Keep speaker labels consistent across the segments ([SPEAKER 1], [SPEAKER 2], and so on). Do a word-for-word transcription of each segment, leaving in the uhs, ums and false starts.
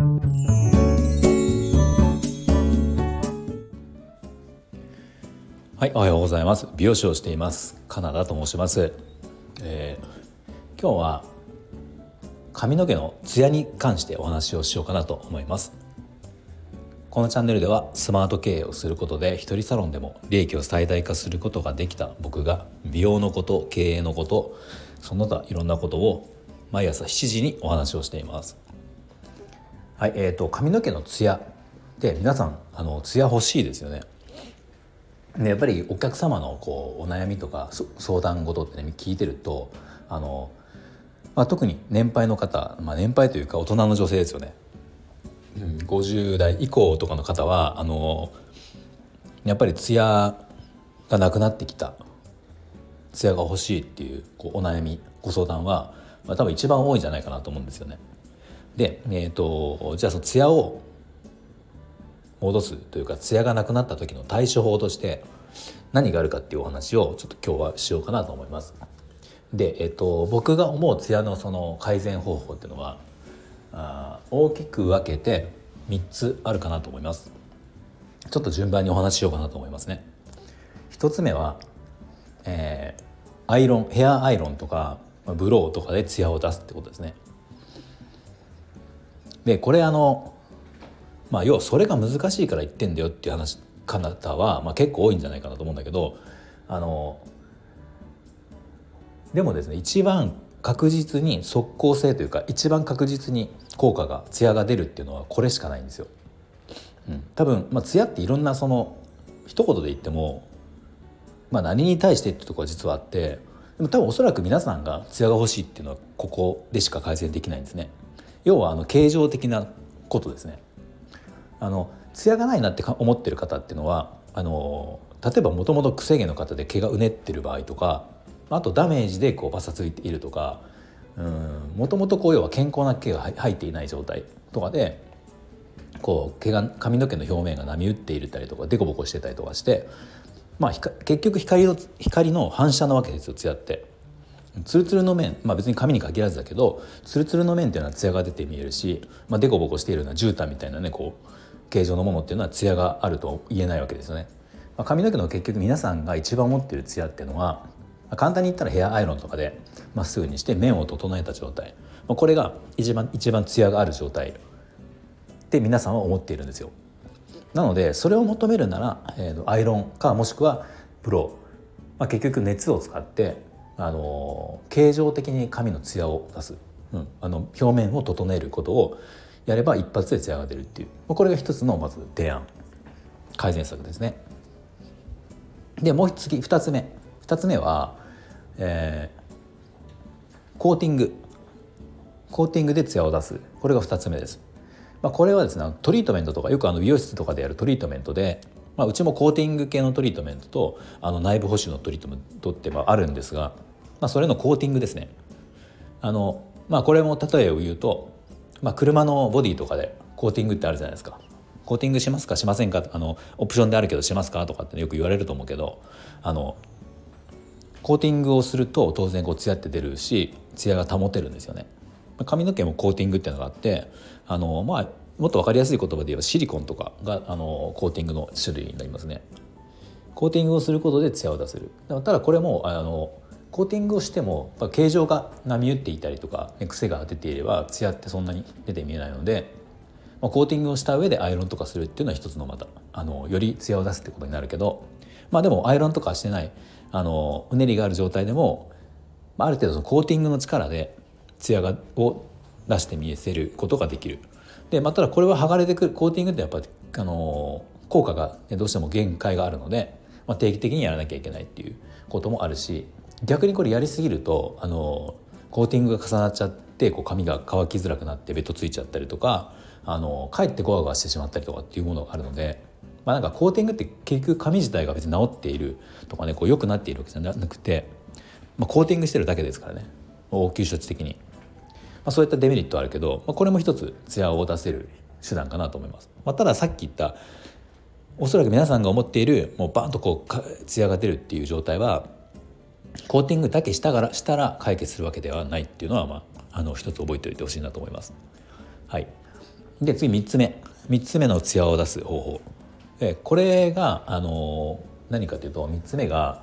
[SPEAKER 1] はい、おはようございます。美容師をしていますカナダと申します、えー、今日は髪の毛のツヤに関してお話をしようかなと思います。このチャンネルではスマート経営をすることで一人サロンでも利益を最大化することができた僕が美容のこと、経営のこと、その他いろんなことを毎朝しちじにお話をしています。はい、えーと髪の毛のツヤで皆さんあのツヤ欲しいですよね。でやっぱりお客様のこうお悩みとか相談事ってね聞いてるとあの、まあ、特に年配の方、まあ、年配というか大人の女性ですよね、うん、ごじゅう代以降とかの方はあのやっぱりツヤがなくなってきた、ツヤが欲しいっていう、こうお悩みご相談は、まあ、多分一番多いんじゃないかなと思うんですよね。で、えーと、じゃあそのツヤを戻すというかツヤがなくなった時の対処法として何があるかっていうお話をちょっと今日はしようかなと思います。で、えっと、僕が思うツヤのその改善方法っていうのはあ大きく分けてみっつあるかなと思います。ちょっと順番にお話ししようかなと思いますね。ひとつめは、えー、アイロンヘアアイロンとかブローとかでツヤを出すってことですね。でこれあのまあ要はそれが難しいから言ってんだよっていう話方は、まあ、結構多いんじゃないかなと思うんだけど、あのでもですね一番確実に即効性というか一番確実に効果がツヤが出るっていうのはこれしかないんですよ。うん、多分、まあ、ツヤっていろんなその一言で言っても、まあ、何に対してっていうところが実はあって、でも多分おそらく皆さんがツヤが欲しいっていうのはここでしか改善できないんですね。要はあの形状的なことですね。あのツヤがないなって思ってる方っていうのはあの例えばもともとくせ毛の方で毛がうねってる場合とか、あとダメージでこうパサついているとか、もともと要は健康な毛が入っていない状態とかでこう毛が髪の毛の表面が波打っていたりとかデコボコしてたりとかして、まあ、結局光の光の反射なわけですよ。ツヤってツルツルの面、まあ、別に髪に限らずだけどツルツルの面っていうのはツヤが出て見えるし、まあ、デコボコしているような絨毯みたいなねこう形状のものっていうのはツヤがあると言えないわけですよね。まあ、髪の毛の結局皆さんが一番持っているツヤっていうのは、まあ、簡単に言ったらヘアアイロンとかでまっすぐにして面を整えた状態、まあ、これが一番一番ツヤがある状態って皆さんは思っているんですよ。なのでそれを求めるなら、えー、アイロンかもしくはブロー、まあ、結局熱を使ってあの形状的に髪のツヤを出す、うん、あの表面を整えることをやれば一発でツヤが出るっていう、これが一つのまず提案改善策ですね。でもう次ふたつめふたつめは、えー、コーティングコーティングでツヤを出す、これがふたつめです。まあ、これはですねトリートメントとかよくあの美容室とかでやるトリートメントで、まあ、うちもコーティング系のトリートメントとあの内部保守のトリートメントってまああるんですが、まあ、それのコーティングですね。あの、まあ、これも例えを言うと、まあ、車のボディとかでコーティングってあるじゃないですか。コーティングしますかしませんか、あのオプションであるけどしますかとかってよく言われると思うけど、あのコーティングをすると当然こうツヤって出るしツヤが保てるんですよね。髪の毛もコーティングっていうのがあって、あの、まあ、もっと分かりやすい言葉で言えばシリコンとかがあのコーティングの種類になりますね。コーティングをすることでツヤを出せる。ただこれもあのコーティングをしても形状が波打っていたりとか癖が出ていればツヤってそんなに出て見えないので、まあ、コーティングをした上でアイロンとかするっていうのは一つのまたあのよりツヤを出すってことになるけど、まあでもアイロンとかしてないあのうねりがある状態でも、まあ、ある程度そのコーティングの力でツヤがを出して見せることができる。で、まあ、ただこれは剥がれてくるコーティングってやっぱりあの効果がどうしても限界があるので、まあ、定期的にやらなきゃいけないっていうこともあるし、逆にこれやりすぎるとあのコーティングが重なっちゃってこう髪が乾きづらくなってベトついちゃったりとか、あのかえってゴワゴワしてしまったりとかっていうものがあるので、まあ、なんかコーティングって結局髪自体が別に治っているとかねこう良くなっているわけじゃなくて、まあ、コーティングしてるだけですからね、応急処置的に。まあ、そういったデメリットはあるけど、まあ、これも一つツヤを出せる手段かなと思います。まあ、たださっき言ったおそらく皆さんが思っているもうバンとこうツヤが出るっていう状態はコーティングだけしたからしたら解決するわけではないっていうのは、まあ、あの一つ覚えておいてほしいなと思います。はい。 で次みっつめみっつめのツヤを出す方法、でこれがあの何かというとみっつめが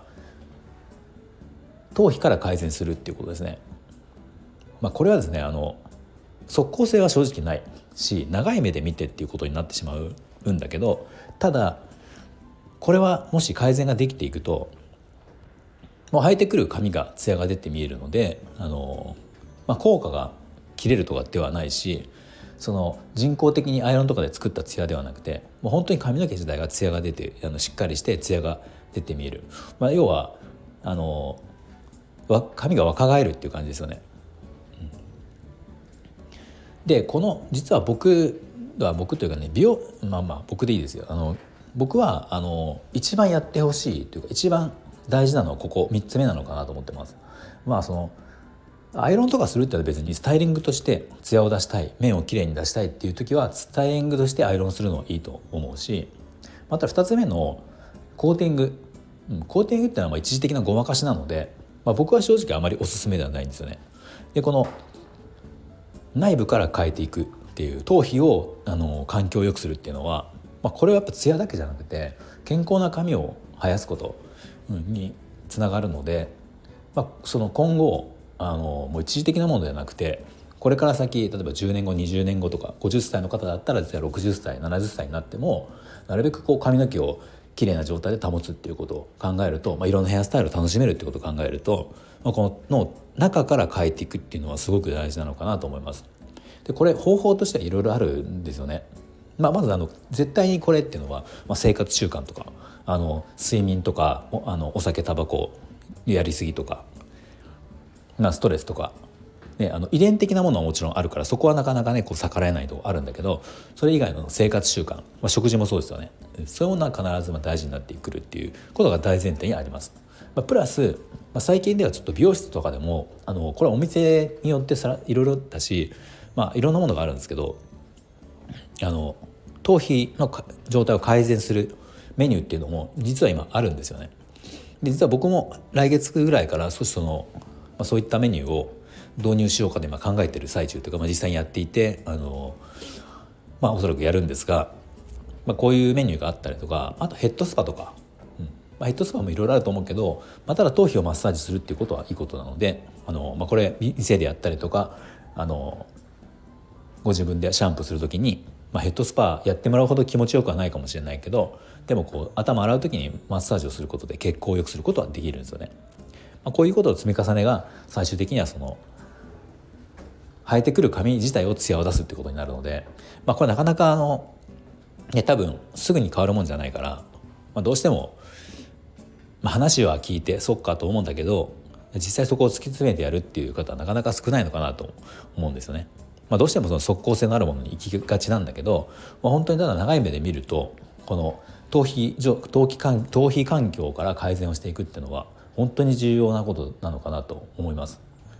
[SPEAKER 1] 頭皮から改善するっていうことですね。まあ、これはですねあの即効性は正直ないし長い目で見てっていうことになってしまうんだけど、ただこれはもし改善ができていくともう生えてくる髪がツヤが出て見えるので、あの、まあ、効果が切れるとかではないし、その人工的にアイロンとかで作ったツヤではなくて、もう本当に髪の毛自体がツヤが出てあのしっかりしてツヤが出て見える、まあ、要はあの髪が若返るっていう感じですよね。うん、でこの実は僕は僕というかね美容まあまあ僕でいいですよ。あの僕はあの一番やってほしいというか一番大事なのはここみっつめなのかなと思ってます。まあそのアイロンとかするってのは別にスタイリングとしてツヤを出したい、面をきれいに出したいっていう時はスタイリングとしてアイロンするのはいいと思うし、またふたつめのコーティング、うん、コーティングってのはまあ一時的なごまかしなので、まあ、僕は正直あまりおすすめではないんですよね。でこの内部から変えていくっていう頭皮をあの環境を良くするっていうのは、まあ、これはやっぱツヤだけじゃなくて健康な髪を生やすことにつながるので、まあ、その今後あのもう一時的なものではなくてこれから先例えばじゅうねんごにじゅうねんごとかごじゅっさいの方だったらろくじゅっさいななじゅっさいになってもなるべくこう髪の毛をきれいな状態で保つっていうことを考えると、まあ、いろんなヘアスタイルを楽しめるっていうことを考えると、まあ、このの中から変えていくっていうのはすごく大事なのかなと思います。でこれ方法としてはいろいろあるんですよね。まあ、まずあの絶対にこれっていうのは、まあ、生活習慣とかあの睡眠とかおあのお酒タバコやりすぎとか、まあ、ストレスとか、ね、あの遺伝的なものはもちろんあるからそこはなかなかねこう逆らえないとこあるんだけど、それ以外の生活習慣、まあ、食事もそうですよね。そういうものは必ずまあ大事になってくるっていうことが大前提にあります。まあ、プラス、まあ、最近ではちょっと美容室とかでもあのこれはお店によってさいろいろだし、まあ、いろんなものがあるんですけど、あの頭皮の状態を改善するメニューっていうのも実は今あるんですよね。で実は僕も来月ぐらいから少しその、まあ、そういったメニューを導入しようかと今考えている最中というか、まあ、実際にやっていてあの、まあ、おそらくやるんですが、まあ、こういうメニューがあったりとか、あとヘッドスパとか、うんまあ、ヘッドスパもいろいろあると思うけど、まあ、ただ頭皮をマッサージするっていうことはいいことなので、あの、まあ、これ店でやったりとかあのご自分でシャンプーするときに、まあ、ヘッドスパやってもらうほど気持ちよくはないかもしれないけど、でもこう頭洗うときにマッサージをすることで血行を良くすることはできるんですよね。まあ、こういうことの積み重ねが最終的にはその生えてくる髪自体を艶を出すってことになるので、まあ、これなかなかあの、ね、多分すぐに変わるもんじゃないから、まあ、どうしても、まあ、話は聞いてそっかと思うんだけど実際そこを突き詰めてやるっていう方はなかなか少ないのかなと思うんですよね。まあ、どうしてもその即効性のあるものに行きがちなんだけど、まあ、本当にただ長い目で見るとこの頭皮頭皮環頭皮環境から改善をしていくっていうのは本当に重要なことなのかなと思います。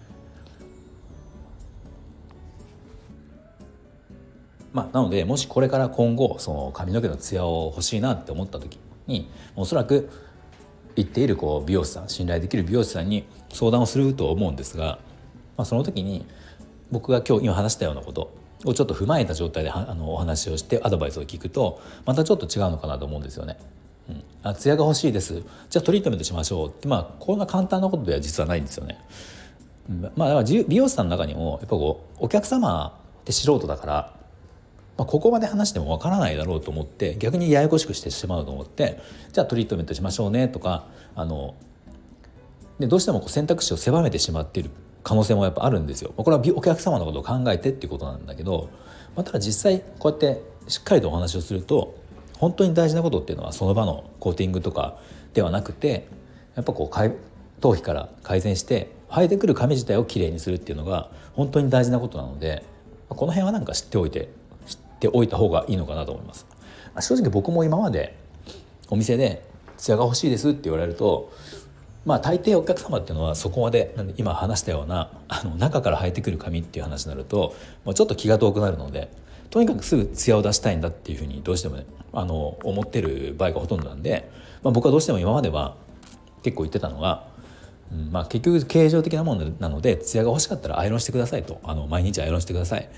[SPEAKER 1] まあ、なのでもしこれから今後その髪の毛のツヤを欲しいなって思った時におそらく行っているこう美容師さん、信頼できる美容師さんに相談をすると思うんですが、まあ、その時に僕が今日今話したようなことをちょっと踏まえた状態であのお話をしてアドバイスを聞くとまたちょっと違うのかなと思うんですよね。うん、あツヤが欲しいです、じゃあトリートメントしましょうって、まあこんな簡単なことでは実はないんですよね。うん、まあだから美容師さんの中にもやっぱこうお客様って素人だから、まあ、ここまで話してもわからないだろうと思って逆にややこしくしてしまうと思って、じゃあトリートメントしましょうねとかあのでどうしてもこう選択肢を狭めてしまっている可能性もやっぱあるんですよ。これはお客様のことを考えてっていうことなんだけど、まあ、ただ実際こうやってしっかりとお話をすると本当に大事なことっていうのはその場のコーティングとかではなくてやっぱこう頭皮から改善して生えてくる髪自体をきれいにするっていうのが本当に大事なことなので、この辺はなんか知っておいて知っておいた方がいいのかなと思います。正直僕も今までお店でツヤが欲しいですって言われるとまあ大抵お客様っていうのはそこまで今話したようなあの中から生えてくる髪っていう話になるともうちょっと気が遠くなるので、とにかくすぐツヤを出したいんだっていうふうにどうしてもねあの思ってる場合がほとんどなんで、まあ、僕はどうしても今までは結構言ってたのが、うんまあ、結局形状的なものなのでツヤが欲しかったらアイロンしてくださいと、あの毎日アイロンしてください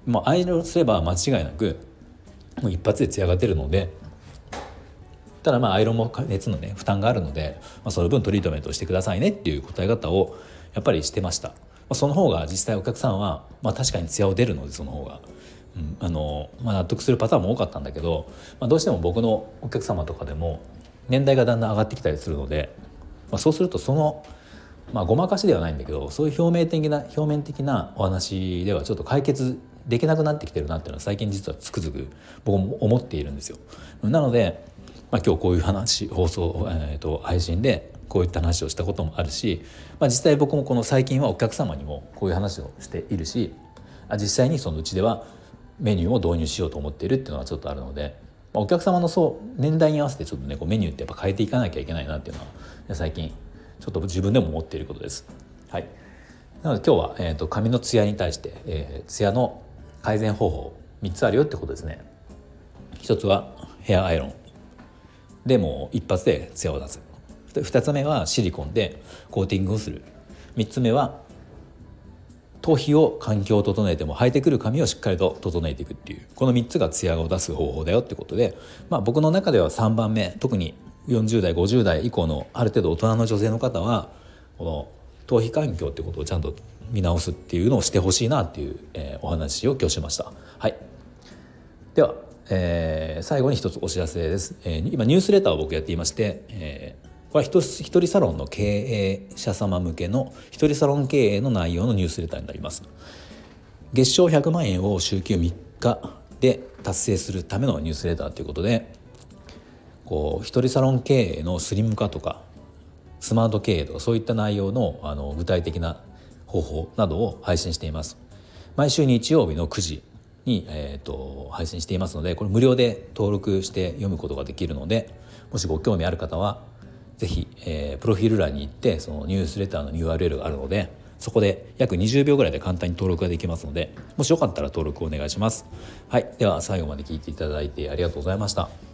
[SPEAKER 1] もうアイロンすれば間違いなくもう一発でツヤが出るので、ただまあアイロンも熱のね負担があるので、まあ、その分トリートメントをしてくださいねっていう答え方をやっぱりしてました。まあ、その方が実際お客さんは、まあ、確かにツヤを出るので、その方が、うんあのまあ、納得するパターンも多かったんだけど、まあ、どうしても僕のお客様とかでも年代がだんだん上がってきたりするので、まあ、そうするとその、まあ、ごまかしではないんだけど、そういう表面的な表面的なお話ではちょっと解決できなくなってきてるなっていうのは最近実はつくづく僕も思っているんですよ。なので、まあ、今日こういう話放送、えー、と配信でこういった話をしたこともあるし、まあ、実際僕もこの最近はお客様にもこういう話をしているし、実際にそのうちではメニューを導入しようと思っているっていうのはちょっとあるので、まあ、お客様のそう年代に合わせてちょっとねこうメニューってやっぱ変えていかなきゃいけないなっていうのは最近ちょっと自分でも思っていることです。はい、なので今日は、えー、と髪のツヤに対して、えー、ツヤの改善方法みっつあるよってことですね。ひとつはヘアアイロンでもう一発でツヤを出す。ふたつめはシリコンでコーティングをする。みっつめは頭皮を環境を整えても生えてくる髪をしっかりと整えていくっていう、このみっつがツヤを出す方法だよってことで、まあ、僕の中ではさんばんめ、特によんじゅう代ごじゅう代以降のある程度大人の女性の方はこの頭皮環境ってことをちゃんと見直すっていうのをしてほしいなっていう、えー、お話を今日しました。はい、では、えー、最後に一つお知らせです。えー、今ニュースレターを僕やっていまして、えーこれは一人サロンの経営者様向けの一人サロン経営の内容のニュースレターになります。月賞ひゃくまんえんを週休みっかで達成するためのニュースレターということで、こう一人サロン経営のスリム化とかスマート経営とかそういった内容 の, あの具体的な方法などを配信しています。毎週日曜日のくじに、えー、と配信していますので、これ無料で登録して読むことができるので、もしご興味ある方はぜひ、えー、プロフィール欄に行ってそのニュースレターの ユーアールエル があるので、そこで約にじゅうびょうぐらいで簡単に登録ができますので、もしよかったら登録お願いします。はい、では最後まで聞いていただいてありがとうございました。